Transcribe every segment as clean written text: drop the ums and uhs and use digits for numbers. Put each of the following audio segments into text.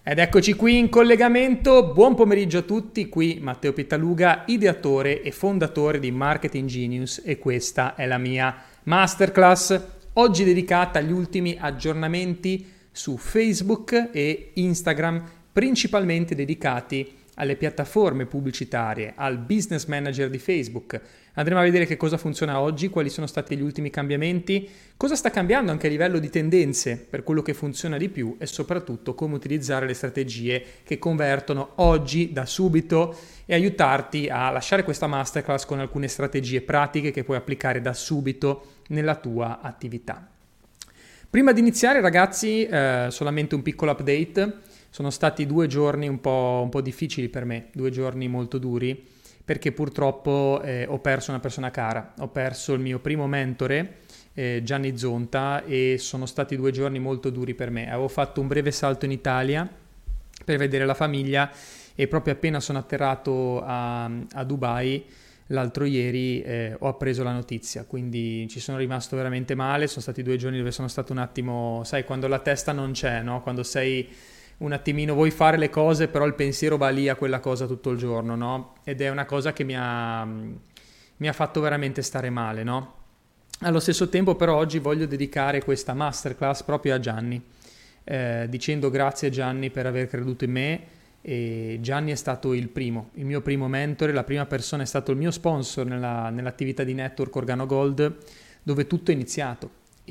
Ed eccoci qui in collegamento, buon pomeriggio a tutti, qui Matteo Pittaluga, ideatore e fondatore di Marketing Genius e questa è la mia masterclass, oggi dedicata agli ultimi aggiornamenti su Facebook e Instagram, principalmente dedicati alle piattaforme pubblicitarie, al business manager di Facebook. Andremo a vedere che cosa funziona oggi, quali sono stati gli ultimi cambiamenti, cosa sta cambiando anche a livello di tendenze per quello che funziona di più e soprattutto come utilizzare le strategie che convertono oggi da subito e aiutarti a lasciare questa masterclass con alcune strategie pratiche che puoi applicare da subito nella tua attività. Prima di iniziare, ragazzi, solamente un piccolo update. Sono stati 2 giorni un po' difficili per me, 2 giorni molto duri, perché purtroppo ho perso una persona cara. Ho perso il mio primo mentore, Gianni Zonta, e sono stati 2 giorni molto duri per me. Avevo fatto un breve salto in Italia per vedere la famiglia e proprio appena sono atterrato a Dubai l'altro ieri ho appreso la notizia, quindi ci sono rimasto veramente male. Sono stati 2 giorni dove sono stato un attimo, sai, quando la testa non c'è, no? Quando sei un attimino, vuoi fare le cose, però il pensiero va lì a quella cosa tutto il giorno, no? Ed è una cosa che mi ha fatto veramente stare male, no? Allo stesso tempo però oggi voglio dedicare questa masterclass proprio a Gianni, dicendo grazie Gianni per aver creduto in me. E Gianni è stato il mio primo mentore, la prima persona, è stato il mio sponsor nell'attività di network Organo Gold, dove tutto è iniziato.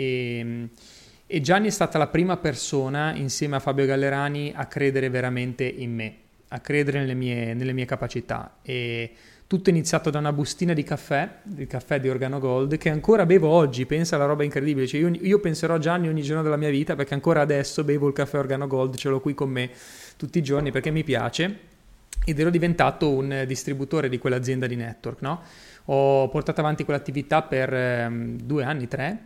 E Gianni è stata la prima persona, insieme a Fabio Gallerani, a credere veramente in me, a credere nelle mie capacità. E tutto è iniziato da una bustina di caffè, il caffè di Organo Gold, che ancora bevo oggi. Pensa alla roba incredibile. Cioè io penserò a Gianni ogni giorno della mia vita, perché ancora adesso bevo il caffè Organo Gold, ce l'ho qui con me tutti i giorni perché mi piace, ed ero diventato un distributore di quell'azienda di network, no? Ho portato avanti quell'attività per 2 anni, 3,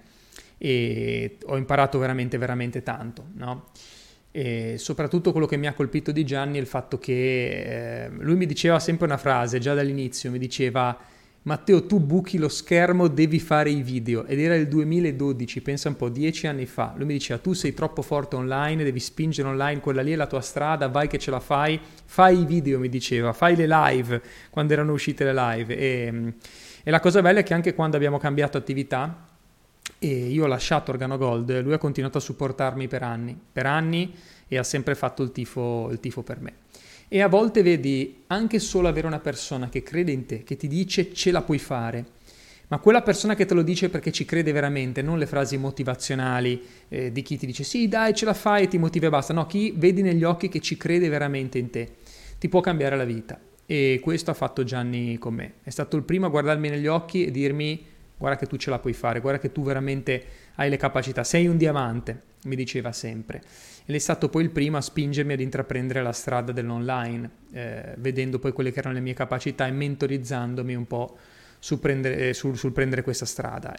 e ho imparato veramente, veramente tanto, no? E soprattutto quello che mi ha colpito di Gianni è il fatto che lui mi diceva sempre una frase, già dall'inizio, mi diceva: Matteo, tu buchi lo schermo, devi fare i video. Ed era il 2012, pensa un po', 10 anni fa. Lui mi diceva: tu sei troppo forte online, devi spingere online, quella lì è la tua strada, vai che ce la fai, fai i video, mi diceva, fai le live, quando erano uscite le live. E la cosa bella è che anche quando abbiamo cambiato attività e io ho lasciato Organo Gold, lui ha continuato a supportarmi per anni, e ha sempre fatto il tifo per me. E a volte vedi anche solo avere una persona che crede in te, che ti dice ce la puoi fare, ma quella persona che te lo dice perché ci crede veramente, non le frasi motivazionali di chi ti dice sì dai ce la fai e ti motiva e basta, no, chi vedi negli occhi che ci crede veramente in te, ti può cambiare la vita. E questo ha fatto Gianni con me, è stato il primo a guardarmi negli occhi e dirmi: guarda che tu ce la puoi fare, guarda che tu veramente hai le capacità, sei un diamante, mi diceva sempre. Ed è stato poi il primo a spingermi ad intraprendere la strada dell'online, vedendo poi quelle che erano le mie capacità e mentorizzandomi un po' sul prendere questa strada.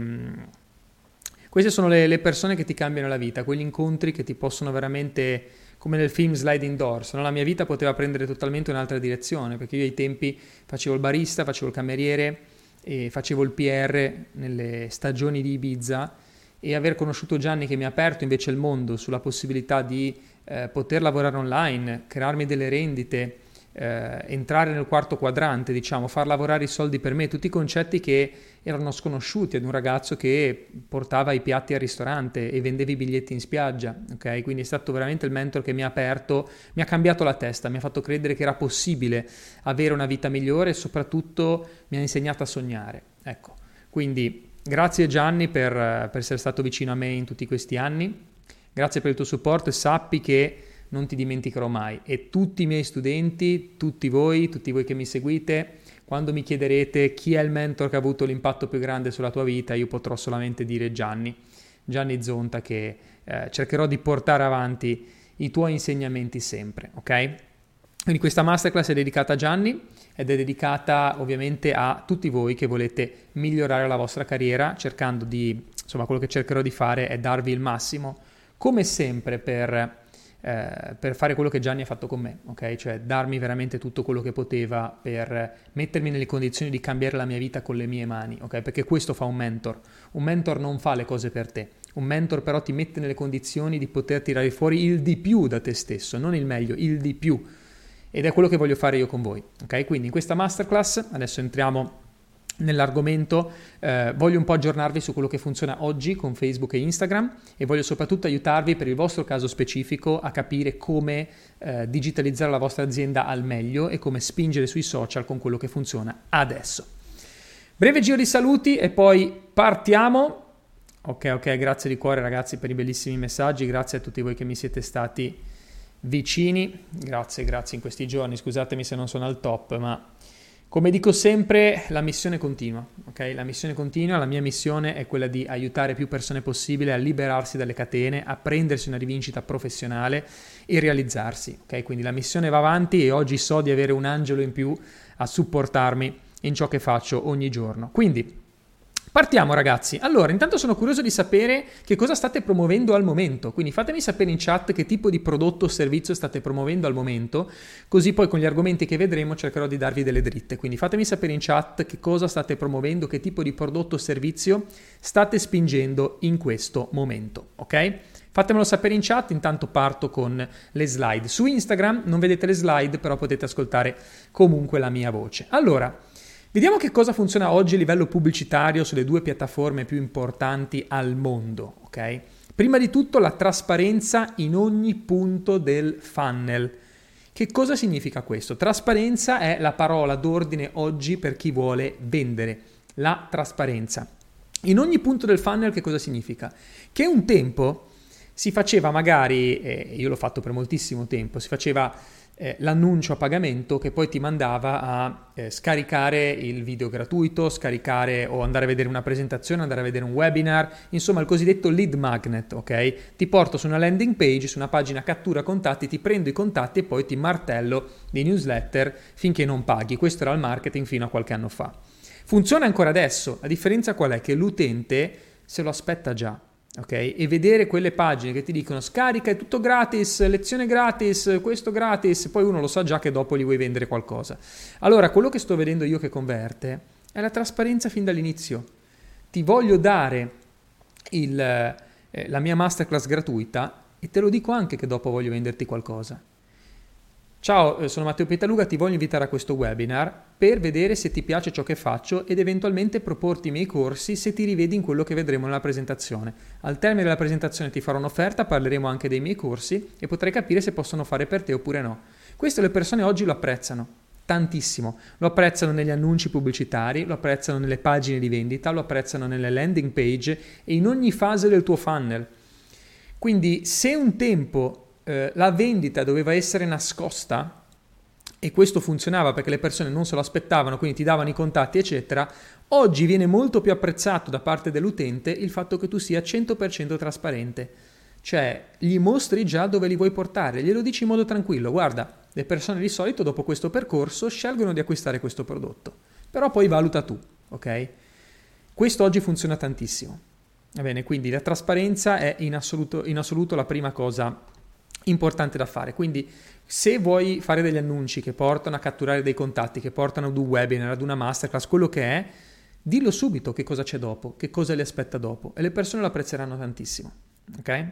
Queste sono le persone che ti cambiano la vita, quegli incontri che ti possono veramente, come nel film Sliding Doors, no? La mia vita poteva prendere totalmente un'altra direzione, perché io ai tempi facevo il barista, facevo il cameriere e facevo il PR nelle stagioni di Ibiza, e aver conosciuto Gianni che mi ha aperto invece il mondo sulla possibilità di poter lavorare online, crearmi delle rendite, entrare nel quarto quadrante, diciamo, far lavorare i soldi per me, tutti i concetti che erano sconosciuti ad un ragazzo che portava i piatti al ristorante e vendeva i biglietti in spiaggia, ok? Quindi è stato veramente il mentor che mi ha aperto, mi ha cambiato la testa, mi ha fatto credere che era possibile avere una vita migliore e soprattutto mi ha insegnato a sognare, ecco. Quindi grazie Gianni per essere stato vicino a me in tutti questi anni, grazie per il tuo supporto, e sappi che non ti dimenticherò mai. E tutti i miei studenti, tutti voi che mi seguite, quando mi chiederete chi è il mentor che ha avuto l'impatto più grande sulla tua vita, io potrò solamente dire Gianni Zonta, che cercherò di portare avanti i tuoi insegnamenti sempre, ok? Quindi questa masterclass è dedicata a Gianni ed è dedicata ovviamente a tutti voi che volete migliorare la vostra carriera, cercando di, insomma, quello che cercherò di fare è darvi il massimo, come sempre, per per fare quello che Gianni ha fatto con me, ok? Cioè darmi veramente tutto quello che poteva per mettermi nelle condizioni di cambiare la mia vita con le mie mani, ok? Perché questo fa un mentor. Un mentor non fa le cose per te. Un mentor però ti mette nelle condizioni di poter tirare fuori il di più da te stesso, non il meglio, il di più. Ed è quello che voglio fare io con voi, ok? Quindi in questa masterclass, adesso entriamo nell'argomento, voglio un po' aggiornarvi su quello che funziona oggi con Facebook e Instagram e voglio soprattutto aiutarvi per il vostro caso specifico a capire come digitalizzare la vostra azienda al meglio e come spingere sui social con quello che funziona adesso. Breve giro di saluti e poi partiamo. Ok, grazie di cuore ragazzi per i bellissimi messaggi, grazie a tutti voi che mi siete stati vicini, grazie in questi giorni, scusatemi se non sono al top, ma come dico sempre, la missione continua, ok? La missione continua, la mia missione è quella di aiutare più persone possibile a liberarsi dalle catene, a prendersi una rivincita professionale e realizzarsi, ok? Quindi la missione va avanti e oggi so di avere un angelo in più a supportarmi in ciò che faccio ogni giorno. Quindi partiamo ragazzi. Allora, intanto sono curioso di sapere che cosa state promuovendo al momento, quindi fatemi sapere in chat che tipo di prodotto o servizio state promuovendo al momento, così poi con gli argomenti che vedremo cercherò di darvi delle dritte. Quindi fatemi sapere in chat che cosa state promuovendo, che tipo di prodotto o servizio state spingendo in questo momento, ok? Fatemelo sapere in chat, intanto parto con le slide. Su Instagram non vedete le slide, però potete ascoltare comunque la mia voce. Allora, vediamo che cosa funziona oggi a livello pubblicitario sulle due piattaforme più importanti al mondo, ok? Prima di tutto la trasparenza in ogni punto del funnel. Che cosa significa questo? Trasparenza è la parola d'ordine oggi per chi vuole vendere. La trasparenza. In ogni punto del funnel che cosa significa? Che un tempo si faceva magari, io l'ho fatto per moltissimo tempo, si faceva l'annuncio a pagamento che poi ti mandava a scaricare il video gratuito, scaricare o andare a vedere una presentazione, andare a vedere un webinar, insomma il cosiddetto lead magnet, ok? Ti porto su una landing page, su una pagina cattura contatti, ti prendo i contatti e poi ti martello dei newsletter finché non paghi. Questo era il marketing fino a qualche anno fa. Funziona ancora adesso, la differenza qual è? Che l'utente se lo aspetta già. Ok? E vedere quelle pagine che ti dicono scarica, è tutto gratis, lezione gratis, questo gratis, poi uno lo sa già che dopo gli vuoi vendere qualcosa. Allora, quello che sto vedendo io che converte è la trasparenza fin dall'inizio. Ti voglio dare la mia masterclass gratuita e te lo dico anche che dopo voglio venderti qualcosa. Ciao, sono Matteo Pittaluga, ti voglio invitare a questo webinar per vedere se ti piace ciò che faccio ed eventualmente proporti i miei corsi se ti rivedi in quello che vedremo nella presentazione. Al termine della presentazione ti farò un'offerta, parleremo anche dei miei corsi e potrai capire se possono fare per te oppure no. Questo le persone oggi lo apprezzano tantissimo, lo apprezzano negli annunci pubblicitari, lo apprezzano nelle pagine di vendita, lo apprezzano nelle landing page e in ogni fase del tuo funnel. Quindi se un tempo la vendita doveva essere nascosta e questo funzionava perché le persone non se lo aspettavano, quindi ti davano i contatti eccetera, oggi viene molto più apprezzato da parte dell'utente il fatto che tu sia 100% trasparente, cioè gli mostri già dove li vuoi portare, glielo dici in modo tranquillo, guarda, le persone di solito dopo questo percorso scelgono di acquistare questo prodotto, però poi valuta tu, ok? Questo oggi funziona tantissimo, va bene? Quindi la trasparenza è in assoluto la prima cosa importante da fare. Quindi se vuoi fare degli annunci che portano a catturare dei contatti, che portano ad un webinar, ad una masterclass, quello che è, dillo subito che cosa c'è dopo, che cosa li aspetta dopo e le persone lo apprezzeranno tantissimo, ok?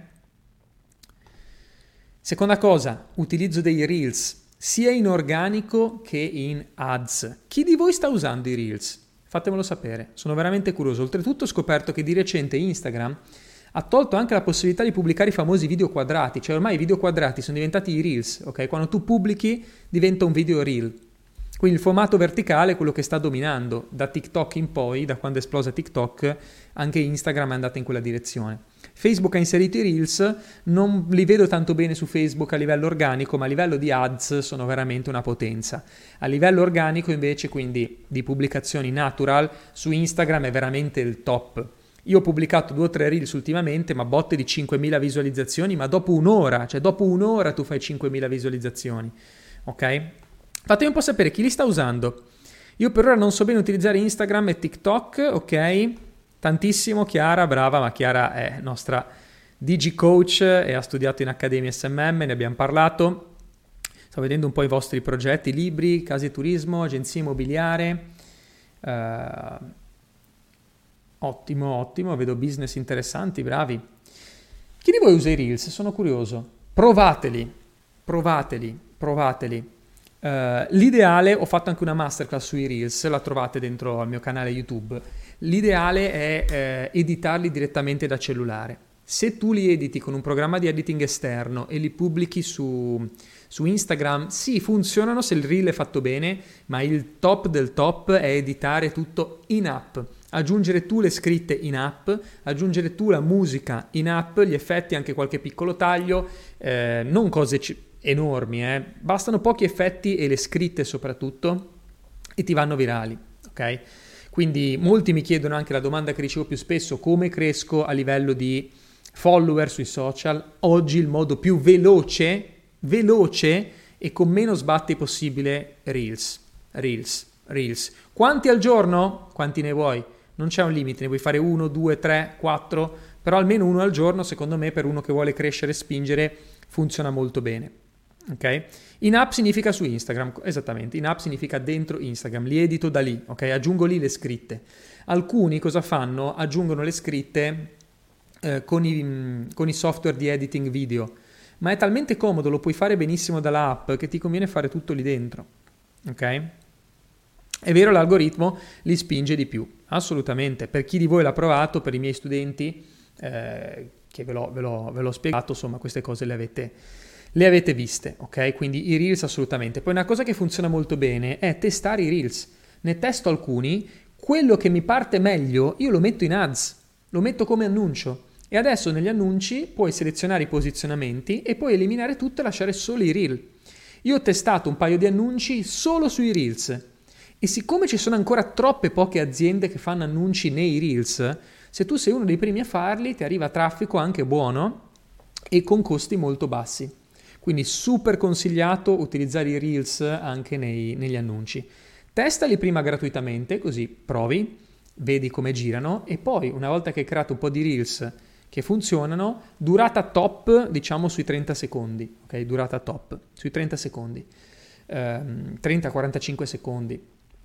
Seconda cosa, utilizzo dei reels sia in organico che in ads. Chi di voi sta usando i reels? Fatemelo sapere, sono veramente curioso. Oltretutto ho scoperto che di recente Instagram ha tolto anche la possibilità di pubblicare i famosi video quadrati, cioè ormai i video quadrati sono diventati i reels, ok? Quando tu pubblichi diventa un video reel. Quindi il formato verticale è quello che sta dominando. Da TikTok in poi, da quando è esplosa TikTok, anche Instagram è andata in quella direzione. Facebook ha inserito i reels, non li vedo tanto bene su Facebook a livello organico, ma a livello di ads sono veramente una potenza. A livello organico invece, quindi di pubblicazioni natural, su Instagram è veramente il top. Io ho pubblicato 2 o 3 reels ultimamente, ma botte di 5.000 visualizzazioni, ma dopo un'ora tu fai 5.000 visualizzazioni, ok? Fatemi un po' sapere chi li sta usando. Io per ora non so bene utilizzare Instagram e TikTok, ok? Tantissimo, Chiara, brava, ma Chiara è nostra DigiCoach e ha studiato in Accademia SMM, ne abbiamo parlato. Sto vedendo un po' i vostri progetti, libri, case turismo, agenzie immobiliare. Ottimo, vedo business interessanti, bravi. Chi di voi usa i Reels? Sono curioso. Provateli. L'ideale, ho fatto anche una masterclass sui Reels, la trovate dentro al mio canale YouTube. L'ideale è editarli direttamente da cellulare. Se tu li editi con un programma di editing esterno e li pubblichi su Instagram, sì, funzionano se il reel è fatto bene, ma il top del top è editare tutto in app. Aggiungere tu le scritte in app, aggiungere tu la musica in app, gli effetti, anche qualche piccolo taglio, non cose enormi, bastano pochi effetti e le scritte soprattutto e ti vanno virali, ok? Quindi molti mi chiedono anche la domanda che ricevo più spesso: come cresco a livello di follower sui social? Oggi il modo più veloce e con meno sbatti possibile, Reels. Quanti al giorno? Quanti ne vuoi? Non c'è un limite, ne vuoi fare 1, 2, 3, 4, però almeno uno al giorno, secondo me, per uno che vuole crescere e spingere, funziona molto bene. Ok? In app significa su Instagram, esattamente, in app significa dentro Instagram, li edito da lì, ok? Aggiungo lì le scritte. Alcuni cosa fanno? Aggiungono le scritte con i software di editing video, ma è talmente comodo, lo puoi fare benissimo dall'app, che ti conviene fare tutto lì dentro, ok? È vero, l'algoritmo li spinge di più, assolutamente. Per chi di voi l'ha provato, per i miei studenti, che ve l'ho spiegato, insomma, queste cose le avete viste, ok? Quindi i Reels assolutamente. Poi una cosa che funziona molto bene è testare i Reels. Ne testo alcuni, quello che mi parte meglio io lo metto in ads, lo metto come annuncio. E adesso negli annunci puoi selezionare i posizionamenti e puoi eliminare tutto e lasciare solo i Reel. Io ho testato un paio di annunci solo sui Reels. E siccome ci sono ancora troppe poche aziende che fanno annunci nei Reels, se tu sei uno dei primi a farli, ti arriva traffico anche buono e con costi molto bassi. Quindi super consigliato utilizzare i Reels anche negli annunci. Testali prima gratuitamente, così provi, vedi come girano, e poi una volta che hai creato un po' di Reels che funzionano, durata top, diciamo sui 30 secondi, ok? Durata top, sui 30 secondi, 30-45 secondi.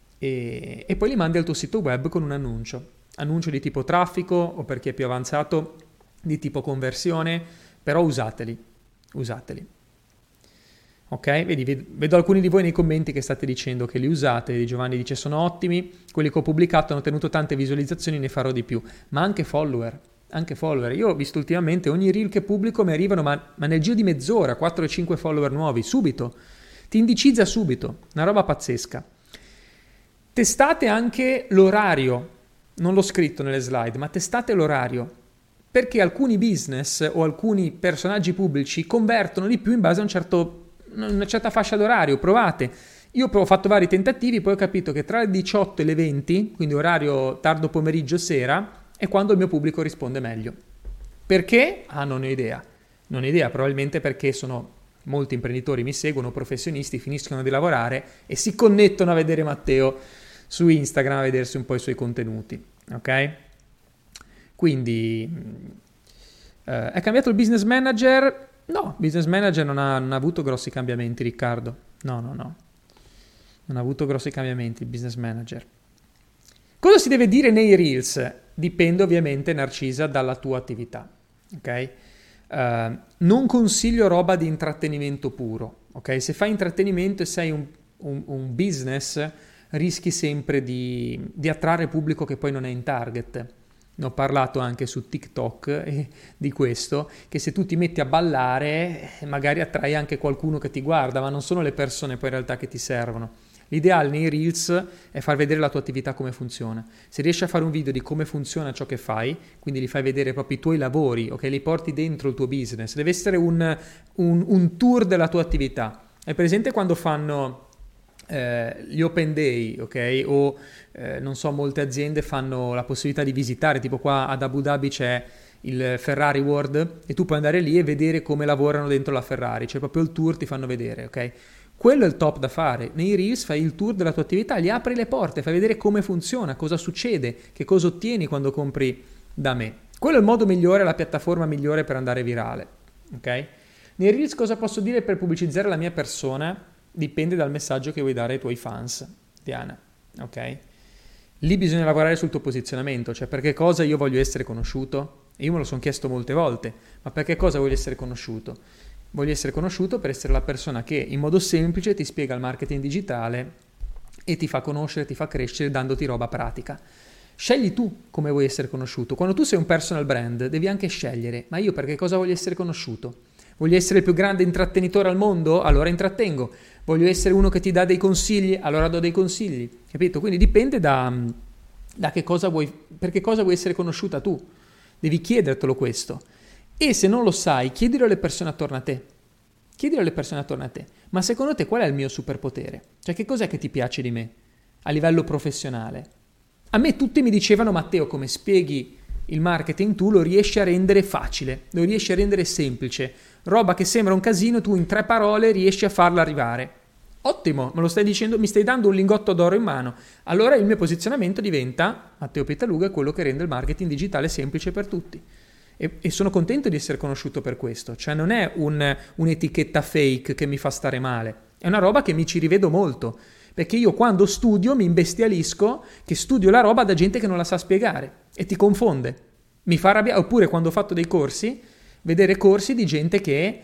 E poi li mandi al tuo sito web con un annuncio di tipo traffico o, per chi è più avanzato, di tipo conversione, però usateli. Ok, vedo alcuni di voi nei commenti che state dicendo che li usate. Giovanni dice sono ottimi, quelli che ho pubblicato hanno tenuto tante visualizzazioni, ne farò di più. Ma anche follower. Io ho visto ultimamente ogni reel che pubblico mi arrivano, ma nel giro di mezz'ora 4-5 follower nuovi, subito, ti indicizza subito, una roba pazzesca. Testate anche l'orario, non l'ho scritto nelle slide, ma testate l'orario, perché alcuni business o alcuni personaggi pubblici convertono di più in base a una certa fascia d'orario. Provate. Io ho fatto vari tentativi, poi ho capito che tra le 18 e le 20, quindi orario tardo pomeriggio sera, è quando il mio pubblico risponde meglio. Perché? Non ho idea, probabilmente perché molti imprenditori mi seguono, professionisti, finiscono di lavorare e si connettono a vedere Matteo su Instagram, a vedersi un po' i suoi contenuti, ok? Quindi è cambiato il business manager? No, business manager non ha avuto grossi cambiamenti, Riccardo. No. Non ha avuto grossi cambiamenti il business manager. Cosa si deve dire nei Reels? Dipende ovviamente, Narcisa, dalla tua attività, ok? Non consiglio roba di intrattenimento puro, ok? Se fai intrattenimento e sei un business, rischi sempre di attrarre pubblico che poi non è in target. Ne ho parlato anche su TikTok di questo, che se tu ti metti a ballare magari attrai anche qualcuno che ti guarda, ma non sono le persone poi in realtà che ti servono. L'ideale nei Reels è far vedere la tua attività come funziona. Se riesci a fare un video di come funziona ciò che fai, quindi li fai vedere proprio i tuoi lavori, ok? Li porti dentro il tuo business, deve essere un tour della tua attività. Hai presente quando fanno gli open day, ok? O non so, molte aziende fanno la possibilità di visitare, tipo qua ad Abu Dhabi c'è il Ferrari World e tu puoi andare lì e vedere come lavorano dentro la Ferrari, cioè proprio il tour ti fanno vedere, ok? Quello è il top da fare. Nei Reels fai il tour della tua attività, gli apri le porte, fai vedere come funziona, cosa succede, che cosa ottieni quando compri da me. Quello è il modo migliore, la piattaforma migliore per andare virale, ok? Nei Reels cosa posso dire per pubblicizzare la mia persona? Dipende dal messaggio che vuoi dare ai tuoi fans, Diana, ok? Lì bisogna lavorare sul tuo posizionamento, cioè per che cosa io voglio essere conosciuto? E io me lo sono chiesto molte volte, ma per che cosa voglio essere conosciuto? Voglio essere conosciuto per essere la persona che in modo semplice ti spiega il marketing digitale e ti fa conoscere, ti fa crescere dandoti roba pratica. Scegli tu come vuoi essere conosciuto. Quando tu sei un personal brand devi anche scegliere, ma io per che cosa voglio essere conosciuto? Voglio essere il più grande intrattenitore al mondo? Allora intrattengo. Voglio essere uno che ti dà dei consigli? Allora do dei consigli. Capito? Quindi dipende da che cosa vuoi, per che cosa vuoi essere conosciuta tu. Devi chiedertelo questo. E se non lo sai, chiedilo alle persone attorno a te. Chiedilo alle persone attorno a te. Ma secondo te qual è il mio superpotere? Cioè che cos'è che ti piace di me a livello professionale? A me tutti mi dicevano: Matteo, come spieghi il marketing tu lo riesci a rendere facile, lo riesci a rendere semplice. Roba che sembra un casino, tu in 3 parole riesci a farla arrivare. Ottimo, me lo stai dicendo, mi stai dando un lingotto d'oro in mano. Allora il mio posizionamento diventa: Matteo Pittaluga è quello che rende il marketing digitale semplice per tutti. E sono contento di essere conosciuto per questo. Cioè non è un'etichetta fake che mi fa stare male. È una roba che mi ci rivedo molto. Perché io quando studio mi imbestialisco che studio la roba da gente che non la sa spiegare e ti confonde. Mi fa arrabbiare. Oppure quando ho fatto dei corsi, vedere corsi di gente che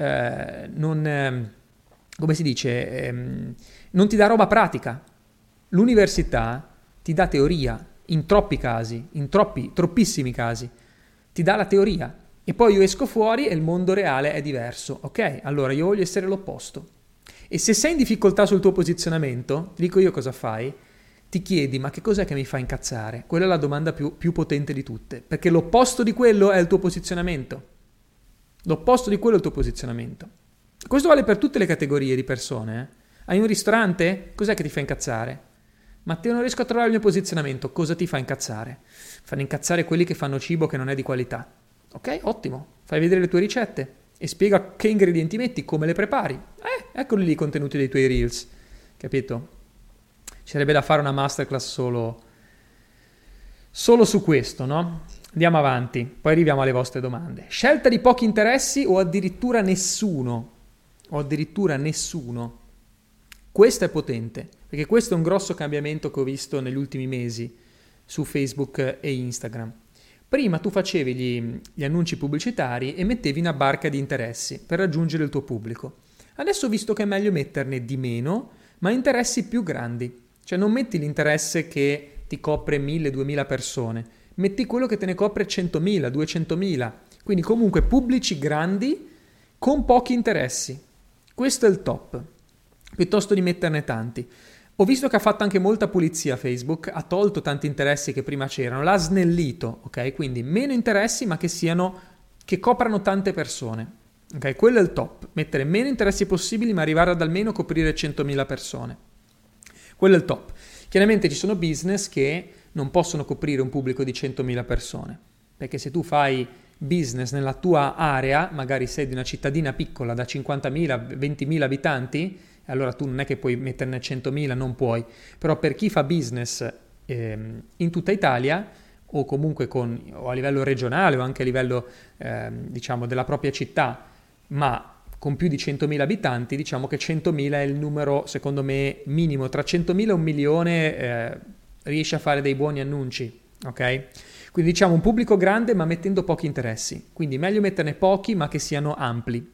come si dice, non ti dà roba pratica. L'università ti dà teoria in troppi casi, in troppissimi casi. Ti dà la teoria e poi io esco fuori e il mondo reale è diverso. Ok, allora io voglio essere l'opposto. E se sei in difficoltà sul tuo posizionamento, ti dico io cosa fai, ti chiedi: ma che cos'è che mi fa incazzare? Quella è la domanda più potente di tutte, perché l'opposto di quello è il tuo posizionamento. L'opposto di quello è il tuo posizionamento. Questo vale per tutte le categorie di persone. Hai un ristorante? Cos'è che ti fa incazzare? Matteo, non riesco a trovare il mio posizionamento. Cosa ti fa incazzare? Fanno incazzare quelli che fanno cibo che non è di qualità. Ok, ottimo. Fai vedere le tue ricette e spiega che ingredienti metti, come le prepari. Eccoli lì i contenuti dei tuoi Reels. Capito? Ci sarebbe da fare una masterclass solo su questo, no? Andiamo avanti, poi arriviamo alle vostre domande. Scelta di pochi interessi o addirittura nessuno? Questo è potente, perché questo è un grosso cambiamento che ho visto negli ultimi mesi su Facebook e Instagram. Prima tu facevi gli annunci pubblicitari e mettevi una barca di interessi per raggiungere il tuo pubblico. Adesso ho visto che è meglio metterne di meno, ma interessi più grandi. Cioè non metti l'interesse che ti copre 1000-2000 persone, metti quello che te ne copre 100.000, 200.000. Quindi comunque pubblici grandi con pochi interessi. Questo è il top, piuttosto di metterne tanti. Ho visto che ha fatto anche molta pulizia Facebook, ha tolto tanti interessi che prima c'erano, l'ha snellito, ok? Quindi meno interessi ma che coprano tante persone, ok? Quello è il top, mettere meno interessi possibili ma arrivare ad almeno coprire 100.000 persone. Quello è il top. Chiaramente ci sono business che non possono coprire un pubblico di 100.000 persone, perché se tu fai business nella tua area, magari sei di una cittadina piccola da 50.000, 20.000 abitanti, allora tu non è che puoi metterne 100.000, non puoi. Però per chi fa business in tutta Italia o comunque o a livello regionale o anche a livello diciamo della propria città, ma con più di 100.000 abitanti, diciamo che 100.000 è il numero secondo me minimo. Tra 100.000 e 1 milione riesci a fare dei buoni annunci, ok? Quindi diciamo un pubblico grande ma mettendo pochi interessi. Quindi meglio metterne pochi ma che siano ampli.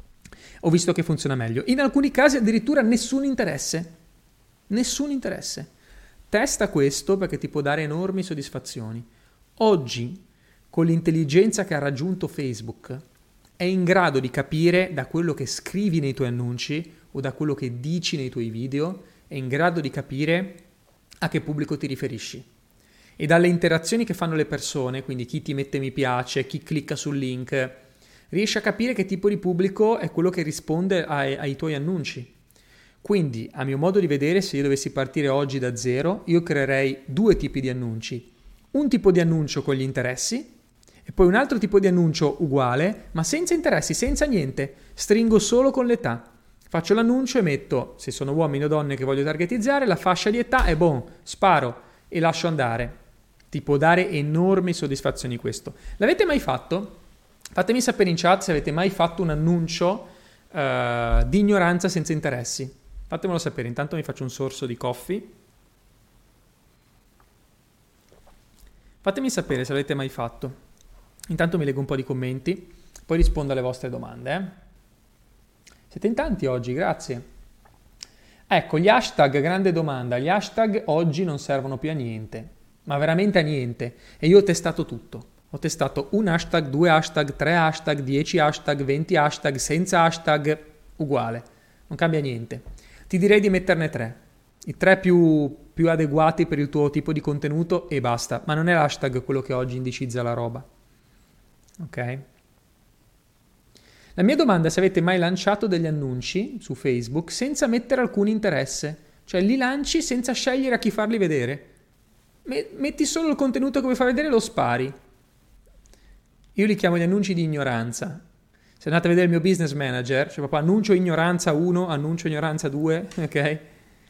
Ho visto che funziona meglio. In alcuni casi addirittura nessun interesse. Nessun interesse. Testa questo perché ti può dare enormi soddisfazioni. Oggi, con l'intelligenza che ha raggiunto Facebook, è in grado di capire da quello che scrivi nei tuoi annunci o da quello che dici nei tuoi video, è in grado di capire a che pubblico ti riferisci. E dalle interazioni che fanno le persone, quindi chi ti mette mi piace, chi clicca sul link, riesci a capire che tipo di pubblico è quello che risponde ai tuoi annunci. Quindi, a mio modo di vedere, se io dovessi partire oggi da zero, io creerei 2 tipi di annunci. Un tipo di annuncio con gli interessi e poi un altro tipo di annuncio uguale, ma senza interessi, senza niente. Stringo solo con l'età. Faccio l'annuncio e metto, se sono uomini o donne che voglio targetizzare, la fascia di età e boom, sparo e lascio andare. Ti può dare enormi soddisfazioni questo. L'avete mai fatto? Fatemi sapere in chat se avete mai fatto un annuncio di ignoranza senza interessi. Fatemelo sapere, intanto mi faccio un sorso di coffee. Fatemi sapere se l'avete mai fatto. Intanto mi leggo un po' di commenti, poi rispondo alle vostre domande. Siete in tanti oggi, grazie. Ecco, gli hashtag, grande domanda. Gli hashtag oggi non servono più a niente, ma veramente a niente. E io ho testato tutto. Ho testato un hashtag, 2 hashtag, 3 hashtag, 10 hashtag, 20 hashtag, senza hashtag, uguale. Non cambia niente. Ti direi di metterne 3. I 3 più adeguati per il tuo tipo di contenuto e basta. Ma non è l'hashtag quello che oggi indicizza la roba. Ok? La mia domanda è se avete mai lanciato degli annunci su Facebook senza mettere alcun interesse. Cioè li lanci senza scegliere a chi farli vedere. Metti solo il contenuto che vuoi far vedere e lo spari. Io li chiamo gli annunci di ignoranza. Se andate a vedere il mio business manager, c'è proprio annuncio ignoranza 1, annuncio ignoranza 2, ok?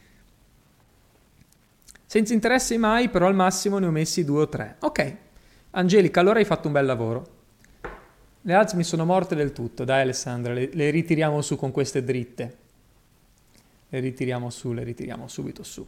Senza interesse mai, però al massimo ne ho messi 2 o 3. Ok, Angelica, allora hai fatto un bel lavoro. Le ads mi sono morte del tutto, dai Alessandra, le ritiriamo su con queste dritte. Le ritiriamo subito su.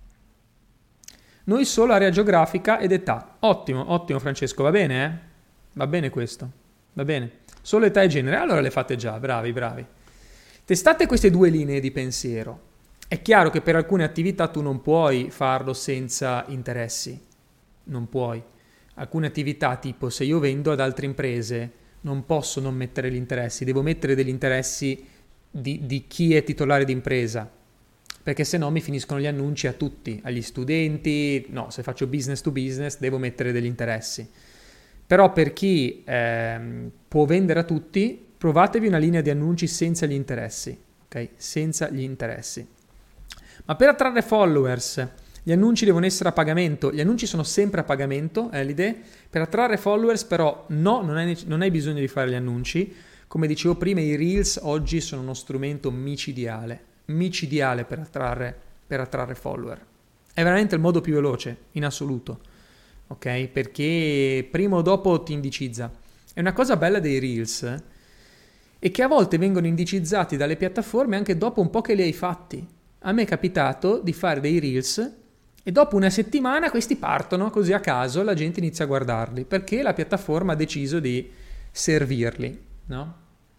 Noi solo area geografica ed età. Ottimo, ottimo Francesco, va bene, eh? Va bene questo, va bene. Solo età e genere, allora le fate già, bravi. Testate queste 2 linee di pensiero. È chiaro che per alcune attività tu non puoi farlo senza interessi, non puoi. Alcune attività, tipo se io vendo ad altre imprese, non posso non mettere gli interessi, devo mettere degli interessi di chi è titolare d'impresa, perché se no mi finiscono gli annunci a tutti, agli studenti. No, se faccio business to business devo mettere degli interessi. Però per chi può vendere a tutti, provatevi una linea di annunci senza gli interessi, ok? Senza gli interessi. Ma per attrarre followers, gli annunci devono essere a pagamento. Gli annunci sono sempre a pagamento, è l'idea. Per attrarre followers però no, non hai bisogno di fare gli annunci. Come dicevo prima, i Reels oggi sono uno strumento micidiale per attrarre follower. È veramente il modo più veloce, in assoluto. Ok? Perché prima o dopo ti indicizza. È una cosa bella dei Reels è che a volte vengono indicizzati dalle piattaforme anche dopo un po' che li hai fatti. A me è capitato di fare dei Reels e dopo una settimana questi partono così a caso, la gente inizia a guardarli perché la piattaforma ha deciso di servirli, no?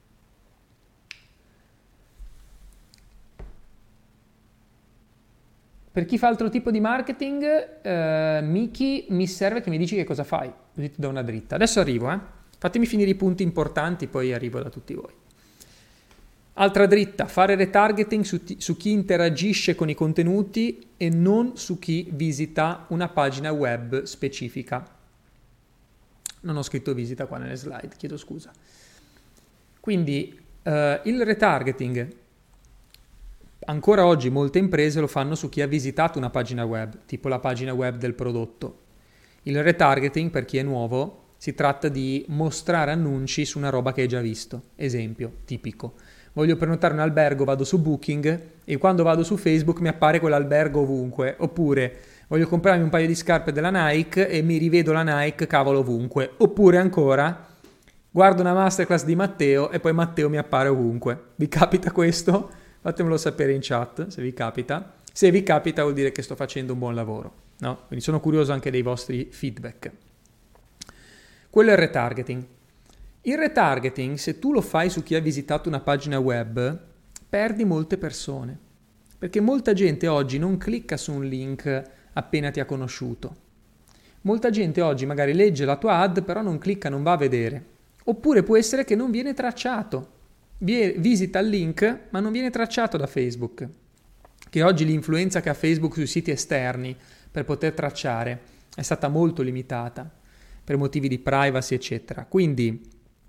Per chi fa altro tipo di marketing, Miki, mi serve che mi dici che cosa fai, così ti do una dritta. Adesso arrivo, Fatemi finire i punti importanti, poi arrivo da tutti voi. Altra dritta, fare retargeting su chi interagisce con i contenuti e non su chi visita una pagina web specifica. Non ho scritto visita qua nelle slide, chiedo scusa. Quindi il retargeting, ancora oggi molte imprese lo fanno su chi ha visitato una pagina web, tipo la pagina web del prodotto. Il retargeting, per chi è nuovo, si tratta di mostrare annunci su una roba che hai già visto. Esempio tipico. Voglio prenotare un albergo, vado su Booking e quando vado su Facebook mi appare quell'albergo ovunque. Oppure voglio comprarmi un paio di scarpe della Nike e mi rivedo la Nike, cavolo, ovunque. Oppure ancora guardo una masterclass di Matteo e poi Matteo mi appare ovunque. Vi capita questo? Fatemelo sapere in chat se vi capita. Se vi capita vuol dire che sto facendo un buon lavoro, no? Quindi sono curioso anche dei vostri feedback. Quello è il retargeting. Il retargeting, se tu lo fai su chi ha visitato una pagina web, perdi molte persone, perché molta gente oggi non clicca su un link appena ti ha conosciuto. Molta gente oggi magari legge la tua ad, però non clicca, non va a vedere. Oppure può essere che non viene tracciato. Visita il link, ma non viene tracciato da Facebook. Che oggi l'influenza che ha Facebook sui siti esterni per poter tracciare è stata molto limitata, per motivi di privacy, eccetera. Quindi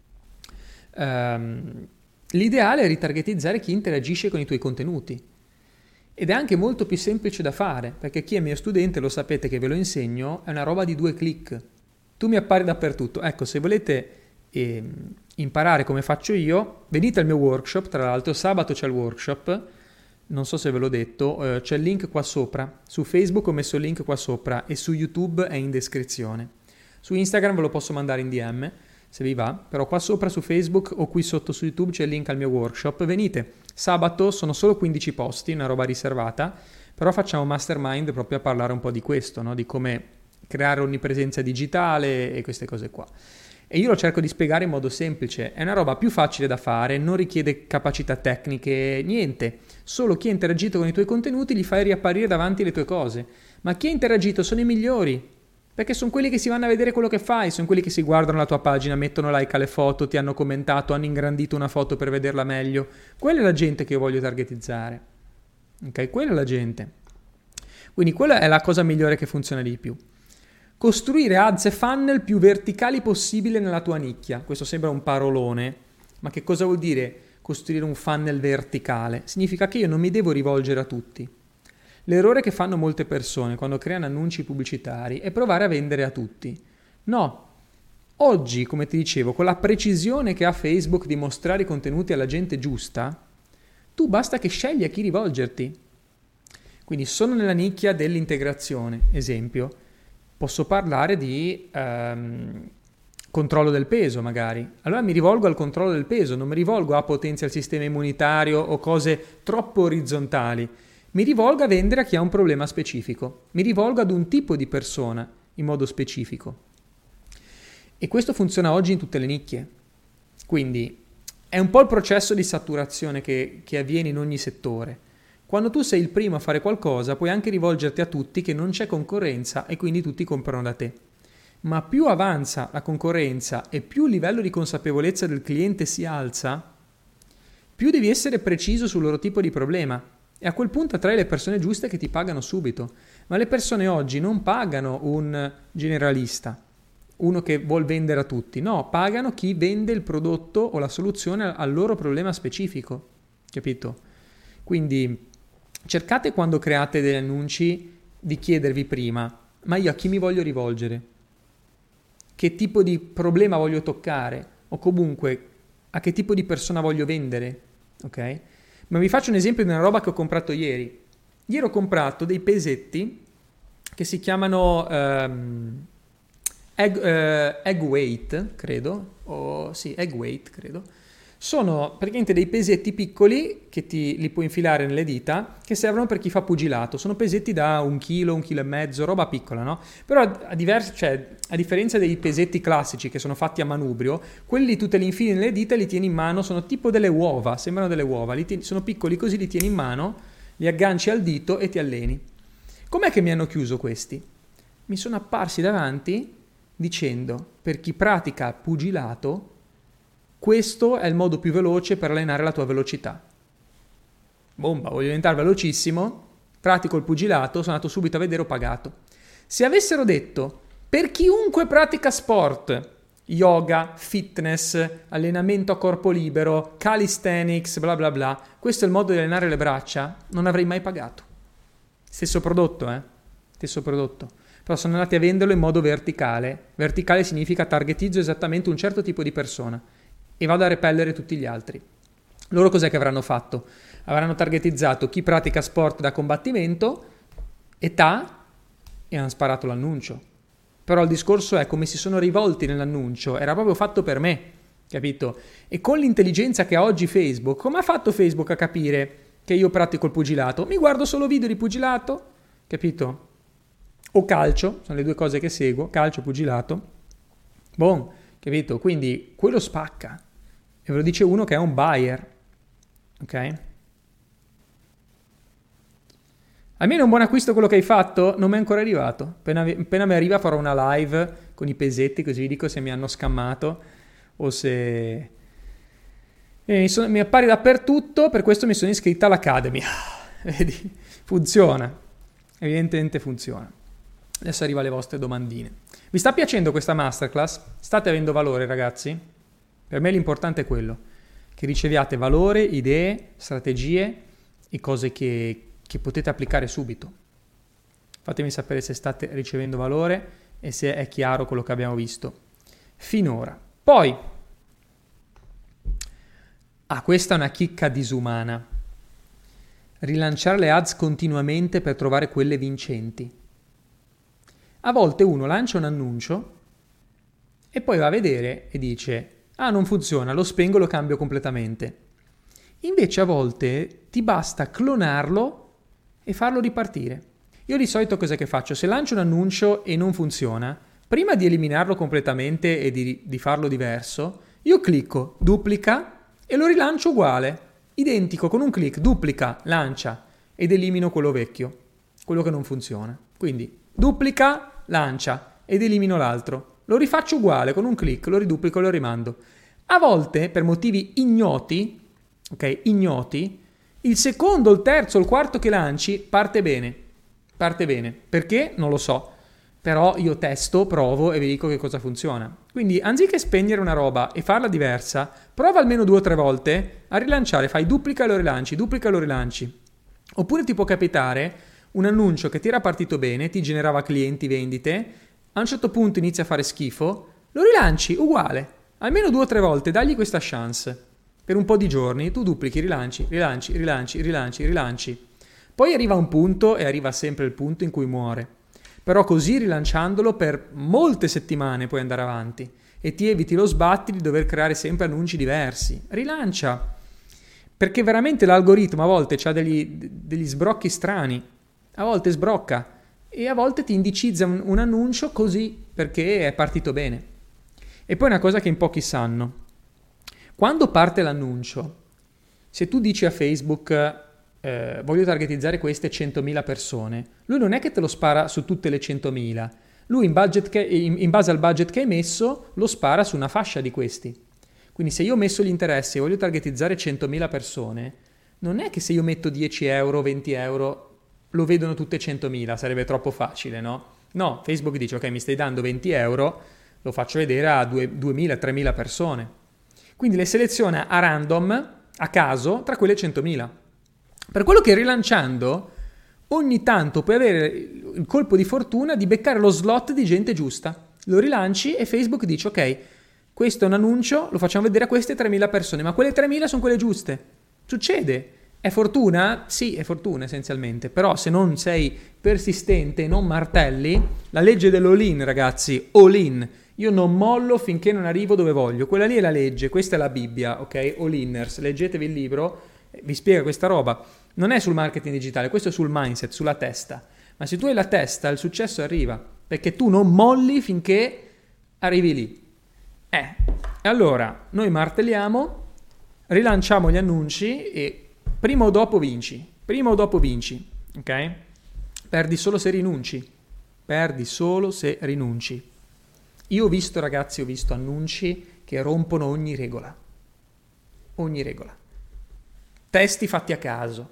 l'ideale è ritargetizzare chi interagisce con i tuoi contenuti ed è anche molto più semplice da fare, perché chi è mio studente, lo sapete che ve lo insegno, è una roba di 2 click. Tu mi appari dappertutto. Ecco, se volete imparare come faccio io, venite al mio workshop. Tra l'altro sabato c'è il workshop non so se ve l'ho detto, c'è il link qua sopra. Su Facebook ho messo il link qua sopra e su YouTube è in descrizione. Su Instagram ve lo posso mandare in DM se vi va, però qua sopra su Facebook o qui sotto su YouTube c'è il link al mio workshop. Venite, sabato sono solo 15 posti, una roba riservata, però facciamo mastermind proprio a parlare un po' di questo, no? Di come creare onnipresenza digitale e queste cose qua. E io lo cerco di spiegare in modo semplice, è una roba più facile da fare, non richiede capacità tecniche, niente, solo chi ha interagito con i tuoi contenuti gli fai riapparire davanti le tue cose, ma chi ha interagito sono i migliori, perché sono quelli che si vanno a vedere quello che fai, sono quelli che si guardano la tua pagina, mettono like alle foto, ti hanno commentato, hanno ingrandito una foto per vederla meglio, quella è la gente che io voglio targetizzare, ok? Quella è la gente, quindi quella è la cosa migliore che funziona di più. Costruire ads e funnel più verticali possibile nella tua nicchia. Questo sembra un parolone, ma che cosa vuol dire costruire un funnel verticale? Significa che io non mi devo rivolgere a tutti. L'errore che fanno molte persone quando creano annunci pubblicitari è provare a vendere a tutti. No. Oggi, come ti dicevo, con la precisione che ha Facebook di mostrare i contenuti alla gente giusta, tu basta che scegli a chi rivolgerti. Quindi sono nella nicchia dell'integrazione, esempio. Posso parlare di controllo del peso magari. Allora mi rivolgo al controllo del peso, non mi rivolgo a potenzia il sistema immunitario o cose troppo orizzontali. Mi rivolgo a vendere a chi ha un problema specifico. Mi rivolgo ad un tipo di persona in modo specifico. E questo funziona oggi in tutte le nicchie. Quindi è un po' il processo di saturazione che avviene in ogni settore. Quando tu sei il primo a fare qualcosa, puoi anche rivolgerti a tutti che non c'è concorrenza e quindi tutti comprano da te. Ma più avanza la concorrenza e più il livello di consapevolezza del cliente si alza, più devi essere preciso sul loro tipo di problema. E a quel punto attrai le persone giuste che ti pagano subito. Ma le persone oggi non pagano un generalista, uno che vuol vendere a tutti. No, pagano chi vende il prodotto o la soluzione al loro problema specifico. Capito? Quindi cercate quando create degli annunci di chiedervi prima, ma io a chi mi voglio rivolgere? Che tipo di problema voglio toccare? O comunque a che tipo di persona voglio vendere? Ok? Ma vi faccio un esempio di una roba che ho comprato ieri. Ieri ho comprato dei pesetti che si chiamano egg weight, credo. Sì, egg weight, credo. Sono praticamente dei pesetti piccoli che li puoi infilare nelle dita, che servono per chi fa pugilato. Sono pesetti da 1 chilo, 1,5 chili, roba piccola, no? Però a differenza dei pesetti classici che sono fatti a manubrio, quelli tu te li infili nelle dita e li tieni in mano, sono tipo delle uova, sembrano delle uova, sono piccoli così, li tieni in mano, li agganci al dito e ti alleni. Com'è che mi hanno chiuso questi? Mi sono apparsi davanti dicendo, per chi pratica pugilato, questo è il modo più veloce per allenare la tua velocità. Bomba, voglio diventare velocissimo, pratico il pugilato, sono andato subito a vedere, ho pagato. Se avessero detto, per chiunque pratica sport, yoga, fitness, allenamento a corpo libero, calisthenics, bla bla bla, questo è il modo di allenare le braccia, non avrei mai pagato. Stesso prodotto, Stesso prodotto. Però sono andati a venderlo in modo verticale. Verticale significa targetizzo esattamente un certo tipo di persona e vado a repellere tutti gli altri. Loro cos'è che avranno fatto? Avranno targetizzato chi pratica sport da combattimento, età, e hanno sparato l'annuncio. Però il discorso è come si sono rivolti nell'annuncio, era proprio fatto per me, capito? E con l'intelligenza che ha oggi Facebook, come ha fatto Facebook a capire che io pratico il pugilato? Mi guardo solo video di pugilato, capito? O calcio, sono le due cose che seguo, calcio, pugilato. Boom, capito? Quindi quello spacca. E ve lo dice uno che è un buyer, ok? Almeno un buon acquisto quello che hai fatto non mi è ancora arrivato. Appena mi arriva farò una live con i pesetti, così vi dico se mi hanno scammato o se... mi appari dappertutto, per questo mi sono iscritta all'Academy. Vedi? Funziona. Evidentemente funziona. Adesso arriva alle vostre domandine. Vi sta piacendo questa masterclass? State avendo valore, ragazzi? Per me l'importante è quello, che riceviate valore, idee, strategie e cose che potete applicare subito. Fatemi sapere se state ricevendo valore e se è chiaro quello che abbiamo visto finora. Poi, questa è una chicca disumana. rilanciare le ads continuamente per trovare quelle vincenti. A volte uno lancia un annuncio e poi va a vedere e dice: ah, non funziona, lo spengo, lo cambio completamente. Invece a volte ti basta clonarlo e farlo ripartire. Io di solito cos'è che faccio? Se lancio un annuncio e non funziona, prima di eliminarlo completamente e di farlo diverso, io clicco, duplica e lo rilancio uguale, identico, con un click, duplica, lancia ed elimino quello vecchio, quello che non funziona. Quindi duplica, lancia ed elimino l'altro. Lo rifaccio uguale, con un click, lo riduplico e lo rimando. A volte, per motivi ignoti, ok, ignoti, il secondo, il terzo, il quarto che lanci parte bene. Parte bene. Perché? Non lo so. Però io testo, provo e vi dico che cosa funziona. Quindi, anziché spegnere una roba e farla diversa, prova almeno 2 o 3 volte a rilanciare. Fai duplica e lo rilanci, duplica e lo rilanci. Oppure ti può capitare un annuncio che ti era partito bene, ti generava clienti, vendite, a un certo punto inizia a fare schifo, lo rilanci uguale. Almeno 2 o 3 volte, dagli questa chance. Per un po' di giorni tu duplichi, rilanci. Poi arriva un punto, e arriva sempre il punto in cui muore. Però così rilanciandolo per molte settimane puoi andare avanti e ti eviti lo sbatti di dover creare sempre annunci diversi. Rilancia, perché veramente l'algoritmo a volte ha degli sbrocchi strani, a volte sbrocca e a volte ti indicizza un annuncio così perché è partito bene. E poi una cosa che in pochi sanno: quando parte l'annuncio, se tu dici a Facebook voglio targetizzare queste 100.000 persone, lui non è che te lo spara su tutte le 100.000, lui in base al budget che hai messo lo spara su una fascia di questi. Quindi se io ho messo gli interessi e voglio targetizzare 100.000 persone, non è che se io metto 10 euro, 20 euro, lo vedono tutte 100.000, sarebbe troppo facile, no? No, Facebook dice: ok, mi stai dando 20 euro, lo faccio vedere a 2.000, 3.000 persone. Quindi le seleziona a random, a caso, tra quelle 100.000. Per quello che rilanciando, ogni tanto puoi avere il colpo di fortuna di beccare lo slot di gente giusta. Lo rilanci e Facebook dice: ok, questo è un annuncio, lo facciamo vedere a queste 3.000 persone, ma quelle 3.000 sono quelle giuste. Succede. È fortuna? Sì, è fortuna essenzialmente. Però se non sei persistente e non martelli, la legge dell'all-in, ragazzi, all-in. Io non mollo finché non arrivo dove voglio. Quella lì è la legge, questa è la Bibbia, ok? All-inners, leggetevi il libro, vi spiega questa roba. Non è sul marketing digitale, questo è sul mindset, sulla testa. Ma se tu hai la testa, il successo arriva, perché tu non molli finché arrivi lì. E allora, noi martelliamo, rilanciamo gli annunci e prima o dopo vinci, ok? Perdi solo se rinunci. Io ho visto, ragazzi, annunci che rompono ogni regola. Testi fatti a caso,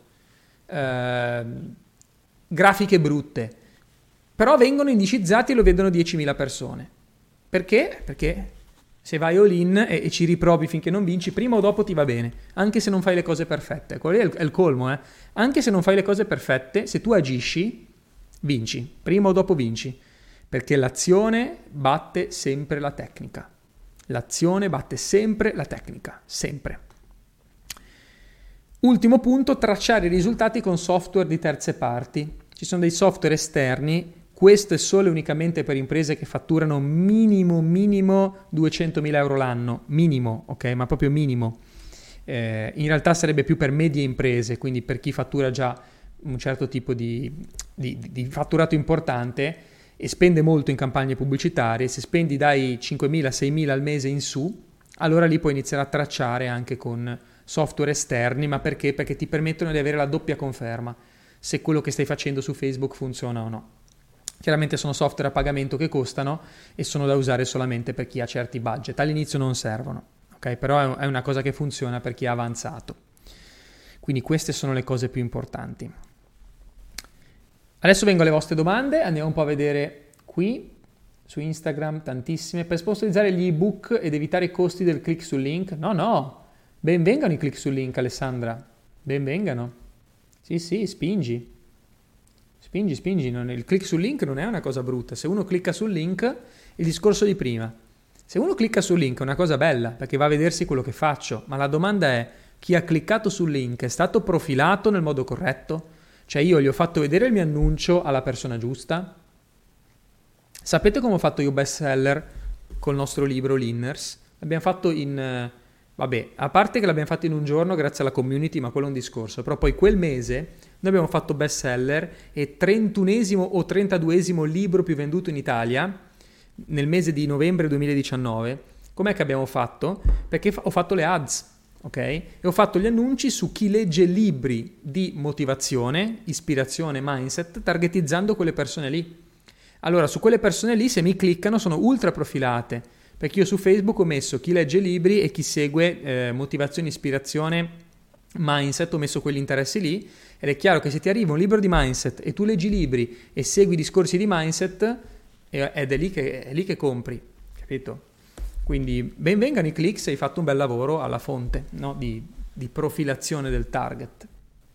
grafiche brutte, però vengono indicizzati e lo vedono 10.000 persone. Perché? Perché se vai all in e ci riprovi finché non vinci, prima o dopo ti va bene, anche se non fai le cose perfette. Quello è il colmo, eh? Anche se non fai le cose perfette, se tu agisci, vinci, prima o dopo vinci. Perché l'azione batte sempre la tecnica. Sempre. Ultimo punto, tracciare i risultati con software di terze parti. Ci sono dei software esterni, questo è solo e unicamente per imprese che fatturano minimo 200.000 euro l'anno, minimo, ok? Ma proprio minimo. In realtà sarebbe più per medie imprese, quindi per chi fattura già un certo tipo di fatturato importante e spende molto in campagne pubblicitarie. Se spendi dai 5.000, 6.000 al mese in su, allora lì puoi iniziare a tracciare anche con software esterni. Ma perché? Perché ti permettono di avere la doppia conferma se quello che stai facendo su Facebook funziona o no. Chiaramente sono software a pagamento che costano e sono da usare solamente per chi ha certi budget. All'inizio non servono, ok? Però è una cosa che funziona per chi è avanzato. Quindi queste sono le cose più importanti. Adesso vengo alle vostre domande, andiamo un po' a vedere qui su Instagram, tantissime. Per sponsorizzare gli ebook ed evitare i costi del click sul link? No, benvengano i click sul link, Alessandra, benvengano. Sì, spingi, il click sul link non è una cosa brutta. Se uno clicca sul link, il discorso di prima, se uno clicca sul link è una cosa bella, perché va a vedersi quello che faccio, ma la domanda è: chi ha cliccato sul link è stato profilato nel modo corretto? Cioè io gli ho fatto vedere il mio annuncio alla persona giusta? Sapete come ho fatto io bestseller col nostro libro Linners? L'abbiamo fatto vabbè, a parte che l'abbiamo fatto in un giorno grazie alla community, ma quello è un discorso, però poi quel mese noi abbiamo fatto bestseller e 31esimo o 32esimo libro più venduto in Italia nel mese di novembre 2019. Com'è che abbiamo fatto? Perché ho fatto le ads, ok? E ho fatto gli annunci su chi legge libri di motivazione, ispirazione, mindset, targetizzando quelle persone lì. Allora, su quelle persone lì, se mi cliccano, sono ultra profilate, perché io su Facebook ho messo chi legge libri e chi segue motivazione, ispirazione, mindset, ho messo quegli interessi lì, ed è chiaro che se ti arriva un libro di mindset e tu leggi libri e segui discorsi di mindset, ed è lì che compri, capito? Quindi ben vengano i click se hai fatto un bel lavoro alla fonte, no? di profilazione del target.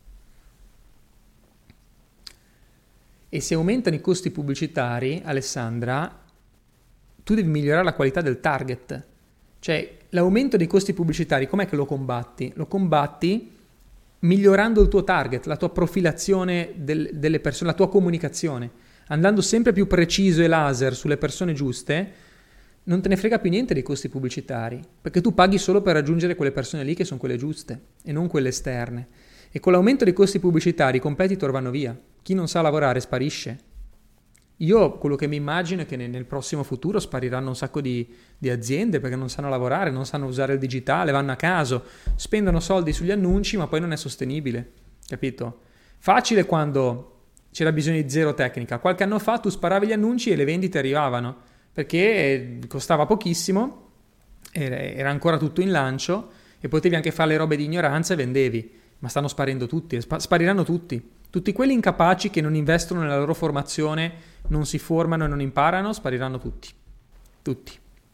E se aumentano i costi pubblicitari, Alessandra, tu devi migliorare la qualità del target. Cioè, l'aumento dei costi pubblicitari, com'è che lo combatti? Lo combatti migliorando il tuo target, la tua profilazione delle persone, la tua comunicazione. Andando sempre più preciso e laser sulle persone giuste, non te ne frega più niente dei costi pubblicitari, perché tu paghi solo per raggiungere quelle persone lì che sono quelle giuste e non quelle esterne. E con l'aumento dei costi pubblicitari i competitor vanno via. Chi non sa lavorare sparisce. Io quello che mi immagino è che nel prossimo futuro spariranno un sacco di aziende perché non sanno lavorare, non sanno usare il digitale, vanno a caso, spendono soldi sugli annunci ma poi non è sostenibile, capito? Facile quando c'era bisogno di zero tecnica. Qualche anno fa tu sparavi gli annunci e le vendite arrivavano perché costava pochissimo, era ancora tutto in lancio e potevi anche fare le robe di ignoranza e vendevi. Ma stanno sparendo tutti, spariranno tutti. Tutti quelli incapaci che non investono nella loro formazione, non si formano e non imparano, spariranno tutti. Tutti.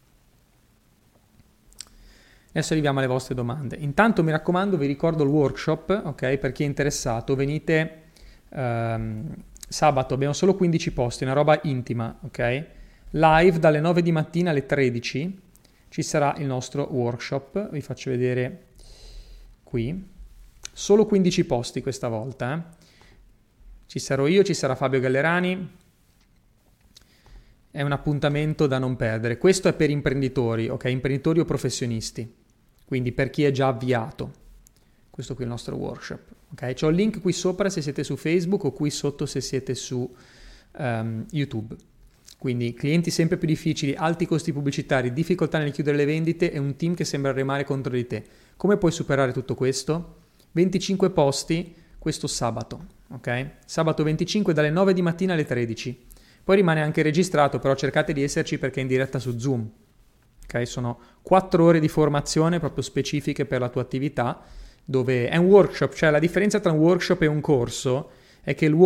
Adesso arriviamo alle vostre domande. Intanto mi raccomando, vi ricordo il workshop, ok? Per chi è interessato, venite sabato, abbiamo solo 15 posti, una roba intima, ok? Live dalle 9 di mattina alle 13 ci sarà il nostro workshop, vi faccio vedere qui. Solo 15 posti questa volta. Ci sarò io, ci sarà Fabio Gallerani. È un appuntamento da non perdere. Questo è per imprenditori, ok? Imprenditori o professionisti. Quindi per chi è già avviato. Questo qui è il nostro workshop. Ok? C'ho il link qui sopra se siete su Facebook o qui sotto se siete su YouTube. Quindi clienti sempre più difficili, alti costi pubblicitari, difficoltà nel chiudere le vendite e un team che sembra remare contro di te. Come puoi superare tutto questo? 25 posti questo sabato, ok? Sabato 25 dalle 9 di mattina alle 13. Poi rimane anche registrato, però cercate di esserci perché è in diretta su Zoom. Ok? Sono 4 ore di formazione proprio specifiche per la tua attività, dove è un workshop, cioè la differenza tra un workshop e un corso è che il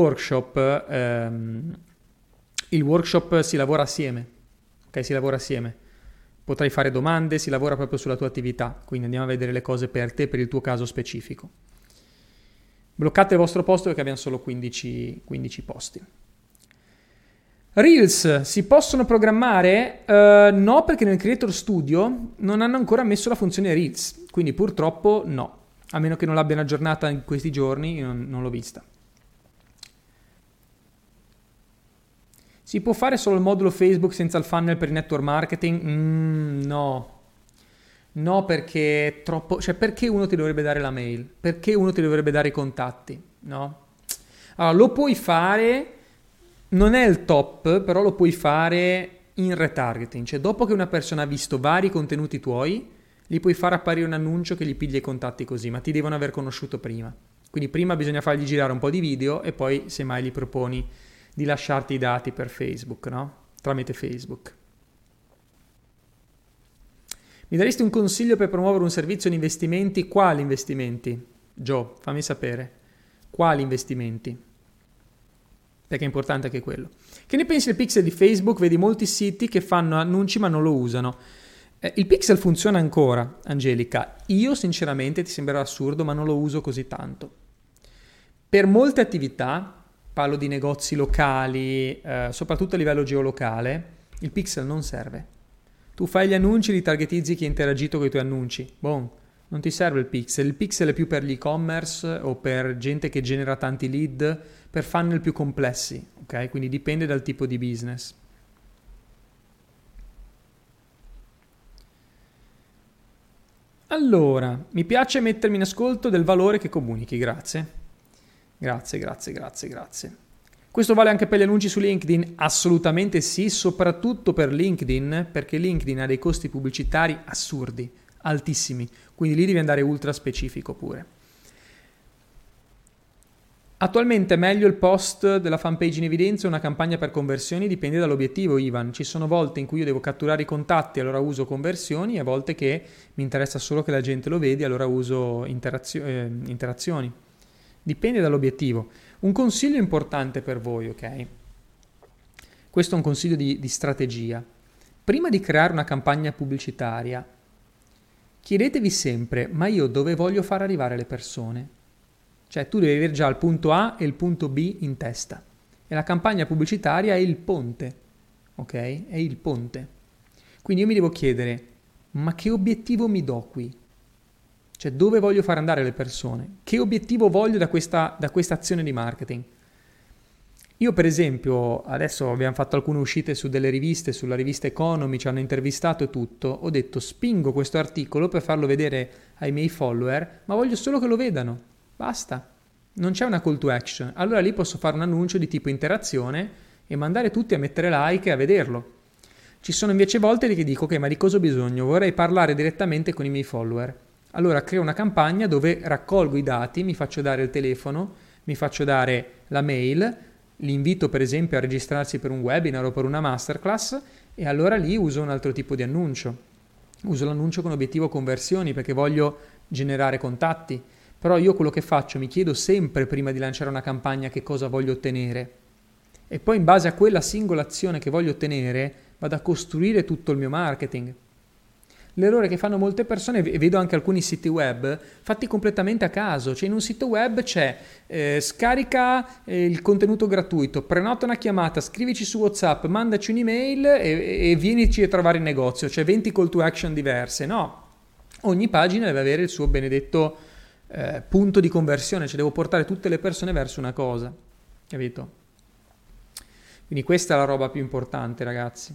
workshop si lavora assieme, ok? Si lavora assieme. Potrai fare domande, si lavora proprio sulla tua attività, quindi andiamo a vedere le cose per te, per il tuo caso specifico. Bloccate il vostro posto perché abbiamo solo 15 posti. Reels si possono programmare? No, perché nel Creator Studio non hanno ancora messo la funzione Reels, quindi purtroppo no, a meno che non l'abbiano aggiornata in questi giorni, non l'ho vista. Si può fare solo il modulo Facebook senza il funnel per il network marketing? No, perché è troppo... Cioè, perché uno ti dovrebbe dare la mail? Perché uno ti dovrebbe dare i contatti? No? Allora, lo puoi fare... Non è il top, però lo puoi fare in retargeting. Cioè, dopo che una persona ha visto vari contenuti tuoi, gli puoi fare apparire un annuncio che gli piglia i contatti così, ma ti devono aver conosciuto prima. Quindi prima bisogna fargli girare un po' di video e poi, semmai, gli proponi di lasciarti i dati per Facebook, no? Tramite Facebook. Mi daresti un consiglio per promuovere un servizio di investimenti? Quali investimenti? Joe, fammi sapere. Quali investimenti? Perché è importante anche quello. Che ne pensi del pixel di Facebook? Vedi molti siti che fanno annunci ma non lo usano. Il pixel funziona ancora, Angelica. Io sinceramente, ti sembrerà assurdo, ma non lo uso così tanto. Per molte attività, parlo di negozi locali, soprattutto a livello geolocale, il pixel non serve. Tu fai gli annunci, li targetizzi chi ha interagito con i tuoi annunci. Boom. non ti serve il pixel è più per l'e-commerce o per gente che genera tanti lead, per funnel più complessi, ok? Quindi dipende dal tipo di business. Allora, mi piace mettermi in ascolto del valore che comunichi, grazie. Grazie. Questo vale anche per gli annunci su LinkedIn? Assolutamente sì, soprattutto per LinkedIn, perché LinkedIn ha dei costi pubblicitari assurdi, altissimi, quindi lì devi andare ultra specifico pure. Attualmente è meglio il post della fanpage in evidenza o una campagna per conversioni? Dipende dall'obiettivo, Ivan. Ci sono volte in cui io devo catturare i contatti, allora uso conversioni, e volte che mi interessa solo che la gente lo vedi, allora uso interazioni. Dipende dall'obiettivo. Un consiglio importante per voi, ok? Questo è un consiglio di strategia. Prima di creare una campagna pubblicitaria, chiedetevi sempre, ma io dove voglio far arrivare le persone? Cioè tu devi avere già il punto A e il punto B in testa. E la campagna pubblicitaria è il ponte, ok? È il ponte. Quindi io mi devo chiedere, ma che obiettivo mi do qui? Cioè dove voglio far andare le persone? Che obiettivo voglio da questa azione di marketing? Io per esempio, adesso abbiamo fatto alcune uscite su delle riviste, sulla rivista Economy, ci hanno intervistato e tutto, ho detto spingo questo articolo per farlo vedere ai miei follower, ma voglio solo che lo vedano. Basta, non c'è una call to action. Allora lì posso fare un annuncio di tipo interazione e mandare tutti a mettere like e a vederlo. Ci sono invece volte che dico, ok, ma di cosa ho bisogno? Vorrei parlare direttamente con i miei follower. Allora creo una campagna dove raccolgo i dati, mi faccio dare il telefono, mi faccio dare la mail, li invito per esempio a registrarsi per un webinar o per una masterclass e allora lì uso un altro tipo di annuncio. Uso l'annuncio con obiettivo conversioni perché voglio generare contatti. Però io quello che faccio, mi chiedo sempre prima di lanciare una campagna che cosa voglio ottenere e poi in base a quella singola azione che voglio ottenere vado a costruire tutto il mio marketing. L'errore che fanno molte persone, e vedo anche alcuni siti web, fatti completamente a caso, cioè in un sito web c'è scarica il contenuto gratuito, prenota una chiamata, scrivici su WhatsApp, mandaci un'email e vienici a trovare in negozio, cioè 20 call to action diverse, no, ogni pagina deve avere il suo benedetto punto di conversione, cioè devo portare tutte le persone verso una cosa, capito? Quindi questa è la roba più importante, ragazzi.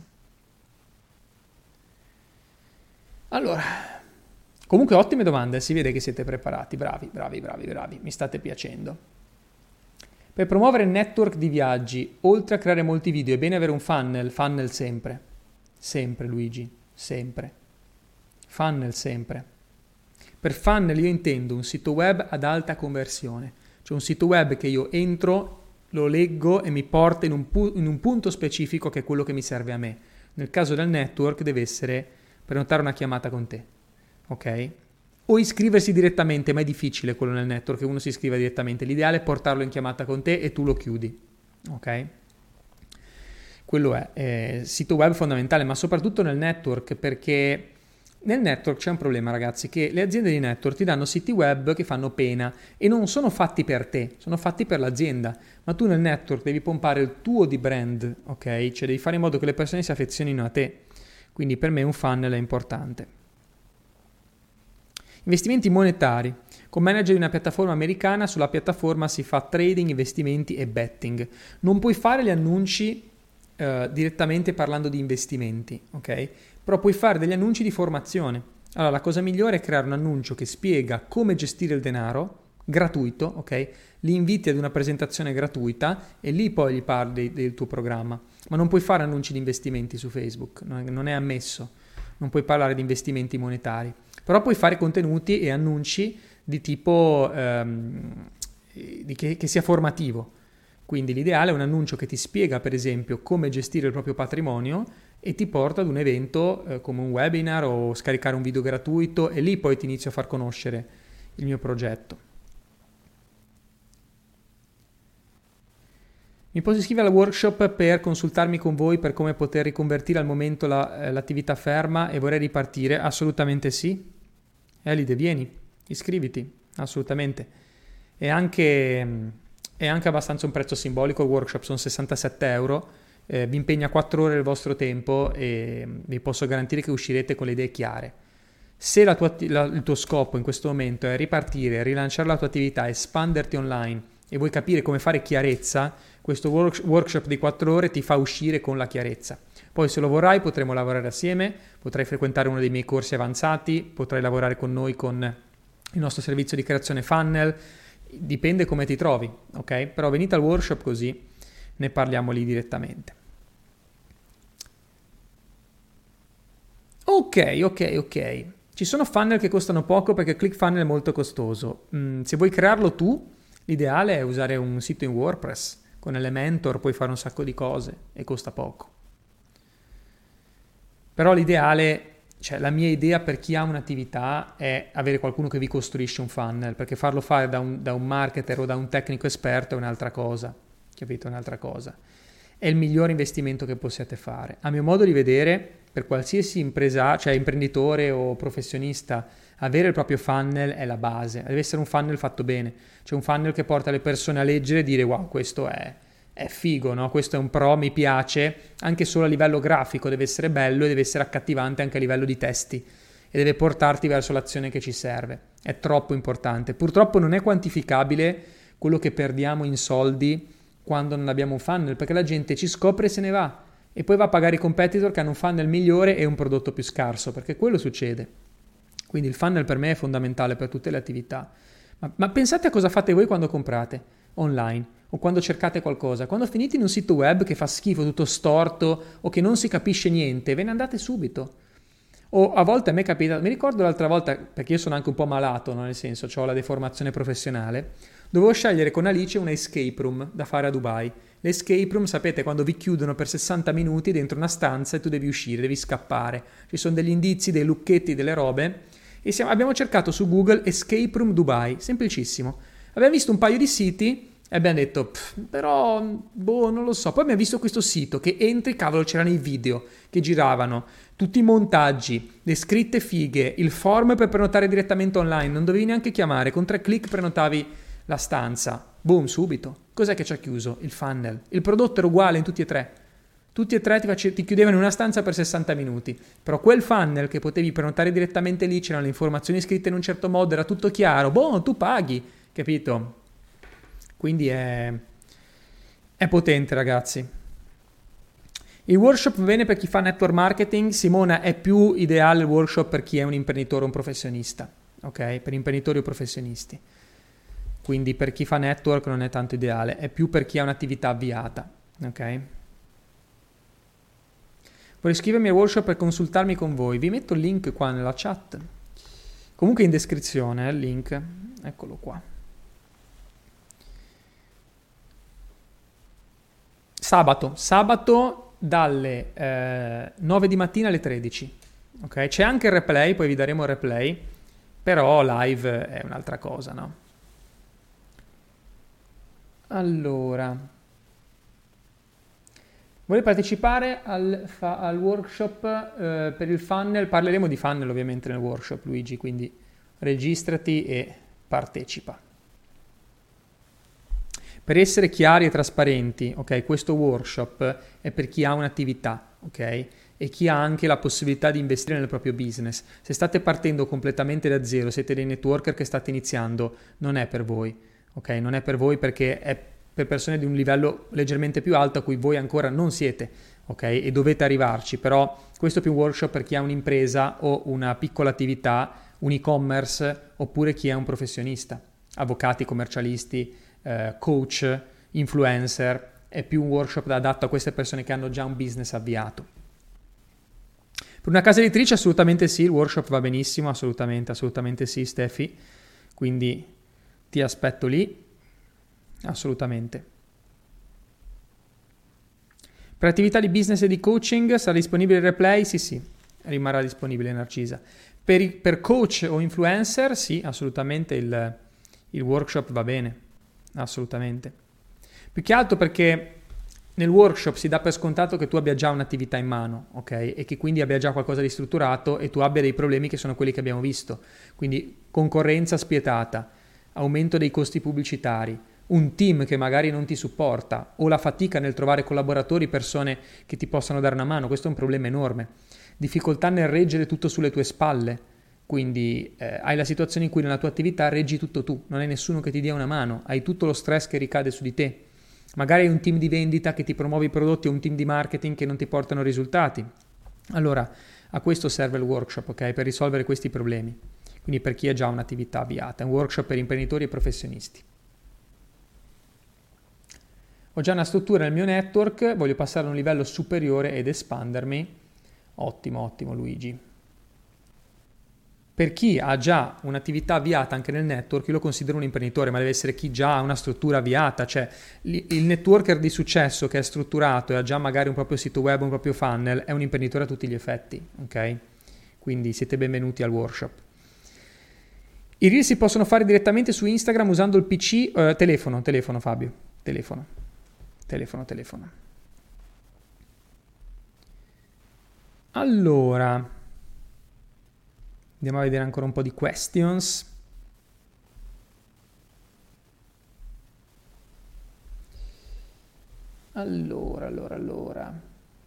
Allora, comunque ottime domande, si vede che siete preparati, bravi, mi state piacendo. Per promuovere il network di viaggi, oltre a creare molti video, è bene avere un funnel sempre Luigi, sempre, funnel sempre. Per funnel io intendo un sito web ad alta conversione, cioè un sito web che io entro, lo leggo e mi porta in un punto specifico che è quello che mi serve a me. Nel caso del network deve essere prenotare una chiamata con te, ok? O iscriversi direttamente, ma è difficile quello nel network, che uno si iscriva direttamente. L'ideale è portarlo in chiamata con te e tu lo chiudi, ok? Quello è sito web fondamentale, ma soprattutto nel network, perché nel network c'è un problema, ragazzi, che le aziende di network ti danno siti web che fanno pena e non sono fatti per te, sono fatti per l'azienda, ma tu nel network devi pompare il tuo di brand, ok? Cioè devi fare in modo che le persone si affezionino a te, quindi per me un funnel è importante. Investimenti monetari. Con manager di una piattaforma americana, sulla piattaforma si fa trading, investimenti e betting. Non puoi fare gli annunci direttamente parlando di investimenti, ok? Però puoi fare degli annunci di formazione. Allora, la cosa migliore è creare un annuncio che spiega come gestire il denaro, gratuito, ok? Li inviti ad una presentazione gratuita e lì poi gli parli del tuo programma. Ma non puoi fare annunci di investimenti su Facebook, non è ammesso. Non puoi parlare di investimenti monetari. Però puoi fare contenuti e annunci di tipo che sia formativo. Quindi l'ideale è un annuncio che ti spiega, per esempio, come gestire il proprio patrimonio e ti porta ad un evento come un webinar o scaricare un video gratuito e lì poi ti inizio a far conoscere il mio progetto. Mi posso iscrivere al workshop per consultarmi con voi per come poter riconvertire al momento l'attività ferma e vorrei ripartire? Assolutamente sì. Elide, vieni, iscriviti, assolutamente. È anche abbastanza un prezzo simbolico, il workshop sono 67 euro, vi impegna 4 ore del vostro tempo e vi posso garantire che uscirete con le idee chiare. Se il tuo scopo in questo momento è ripartire, rilanciare la tua attività, espanderti online e vuoi capire come fare chiarezza, questo workshop di 4 ore ti fa uscire con la chiarezza. Poi se lo vorrai potremo lavorare assieme, potrai frequentare uno dei miei corsi avanzati, potrai lavorare con noi con il nostro servizio di creazione funnel, dipende come ti trovi, ok? Però venite al workshop così ne parliamo lì direttamente. Ok. Ci sono funnel che costano poco perché ClickFunnels è molto costoso. Se vuoi crearlo tu, l'ideale è usare un sito in WordPress. Con Elementor puoi fare un sacco di cose e costa poco. Però l'ideale, cioè la mia idea per chi ha un'attività è avere qualcuno che vi costruisce un funnel, perché farlo fare da un marketer o da un tecnico esperto è un'altra cosa, capito? È un'altra cosa. È il migliore investimento che possiate fare. A mio modo di vedere, per qualsiasi impresa, cioè imprenditore o professionista, avere il proprio funnel è la base. Deve essere un funnel fatto bene, cioè un funnel che porta le persone a leggere e dire wow, questo è figo, no? Questo è un pro, mi piace, anche solo a livello grafico deve essere bello e deve essere accattivante anche a livello di testi e deve portarti verso l'azione che ci serve. È troppo importante. Purtroppo non è quantificabile quello che perdiamo in soldi quando non abbiamo un funnel, perché la gente ci scopre e se ne va e poi va a pagare i competitor che hanno un funnel migliore e un prodotto più scarso, perché quello succede. Quindi il funnel per me è fondamentale per tutte le attività. Ma pensate a cosa fate voi quando comprate online o quando cercate qualcosa. Quando finite in un sito web che fa schifo, tutto storto o che non si capisce niente, ve ne andate subito. O a volte a me capita, mi ricordo l'altra volta, perché io sono anche un po' malato, no? Nel senso, ho la deformazione professionale, dovevo scegliere con Alice una escape room da fare a Dubai. L'escape room, sapete, quando vi chiudono per 60 minuti dentro una stanza e tu devi uscire, devi scappare. Ci sono degli indizi, dei lucchetti, delle robe. E abbiamo cercato su Google Escape Room Dubai, semplicissimo. Abbiamo visto un paio di siti e abbiamo detto, però, non lo so. Poi abbiamo visto questo sito che entri, cavolo, c'erano i video che giravano, tutti i montaggi, le scritte fighe, il form per prenotare direttamente online, non dovevi neanche chiamare, con 3 click prenotavi la stanza. Boom, subito. Cos'è che ci ha chiuso? Il funnel. Il prodotto era uguale in tutti e tre. Tutti e tre ti chiudevano in una stanza per 60 minuti. Però quel funnel che potevi prenotare direttamente lì, c'erano le informazioni scritte in un certo modo, era tutto chiaro. Tu paghi, capito? Quindi è potente, ragazzi. Il workshop va bene per chi fa network marketing. Simona, è più ideale il workshop per chi è un imprenditore o un professionista, ok? Per imprenditori o professionisti. Quindi per chi fa network non è tanto ideale, è più per chi ha un'attività avviata, ok? Vuoi iscrivermi al workshop per consultarmi con voi? Vi metto il link qua nella chat. Comunque in descrizione il link, eccolo qua. Sabato dalle 9 di mattina alle 13, ok? C'è anche il replay, poi vi daremo il replay, però live è un'altra cosa, no? Allora, vuoi partecipare al workshop per il funnel? Parleremo di funnel ovviamente nel workshop, Luigi, quindi registrati e partecipa. Per essere chiari e trasparenti, ok, questo workshop è per chi ha un'attività, ok? E chi ha anche la possibilità di investire nel proprio business. Se state partendo completamente da zero, siete dei networker che state iniziando, non è per voi, ok? Non è per voi perché è per persone di un livello leggermente più alto a cui voi ancora non siete, ok? E dovete arrivarci, però questo è più un workshop per chi ha un'impresa o una piccola attività, un e-commerce, oppure chi è un professionista, avvocati, commercialisti, coach, influencer. È più un workshop adatto a queste persone che hanno già un business avviato. Per una casa editrice assolutamente sì, il workshop va benissimo, assolutamente sì, Stefi, quindi ti aspetto lì, assolutamente. Per attività di business e di coaching sarà disponibile il replay? Sì, rimarrà disponibile Narcisa. Per coach o influencer sì, assolutamente il workshop va bene, assolutamente. Più che altro perché nel workshop si dà per scontato che tu abbia già un'attività in mano, ok? E che quindi abbia già qualcosa di strutturato e tu abbia dei problemi che sono quelli che abbiamo visto. Quindi concorrenza spietata, aumento dei costi pubblicitari, un team che magari non ti supporta o la fatica nel trovare collaboratori, persone che ti possano dare una mano. Questo è un problema enorme. Difficoltà nel reggere tutto sulle tue spalle, Quindi hai la situazione in cui nella tua attività reggi tutto tu, non hai nessuno che ti dia una mano, hai tutto lo stress che ricade su di te. Magari hai un team di vendita che ti promuove i prodotti o un team di marketing che non ti portano risultati. Allora, a questo serve il workshop, ok? Per risolvere questi problemi. Quindi per chi ha già un'attività avviata, è un workshop per imprenditori e professionisti. Ho già una struttura nel mio network, voglio passare a un livello superiore ed espandermi. Ottimo, ottimo Luigi. Per chi ha già un'attività avviata anche nel network, io lo considero un imprenditore, ma deve essere chi già ha una struttura avviata, cioè il networker di successo che è strutturato e ha già magari un proprio sito web, un proprio funnel, è un imprenditore a tutti gli effetti, ok? Quindi siete benvenuti al workshop. I reel si possono fare direttamente su Instagram usando il PC, telefono Fabio, telefono. Allora, andiamo a vedere ancora un po' di questions. Allora.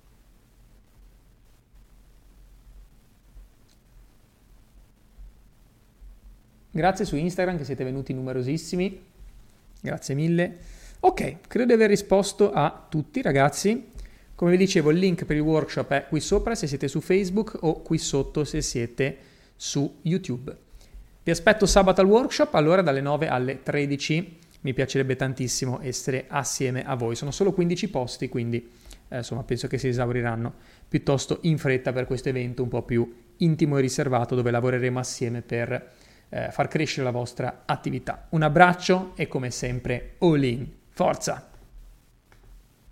Grazie su Instagram che siete venuti numerosissimi. Grazie mille. Ok, credo di aver risposto a tutti ragazzi. Come vi dicevo, il link per il workshop è qui sopra se siete su Facebook o qui sotto se siete su YouTube. Vi aspetto sabato al workshop, allora dalle 9 alle 13. Mi piacerebbe tantissimo essere assieme a voi. Sono solo 15 posti, quindi insomma penso che si esauriranno piuttosto in fretta per questo evento un po' più intimo e riservato dove lavoreremo assieme per far crescere la vostra attività. Un abbraccio e come sempre all in. Forza!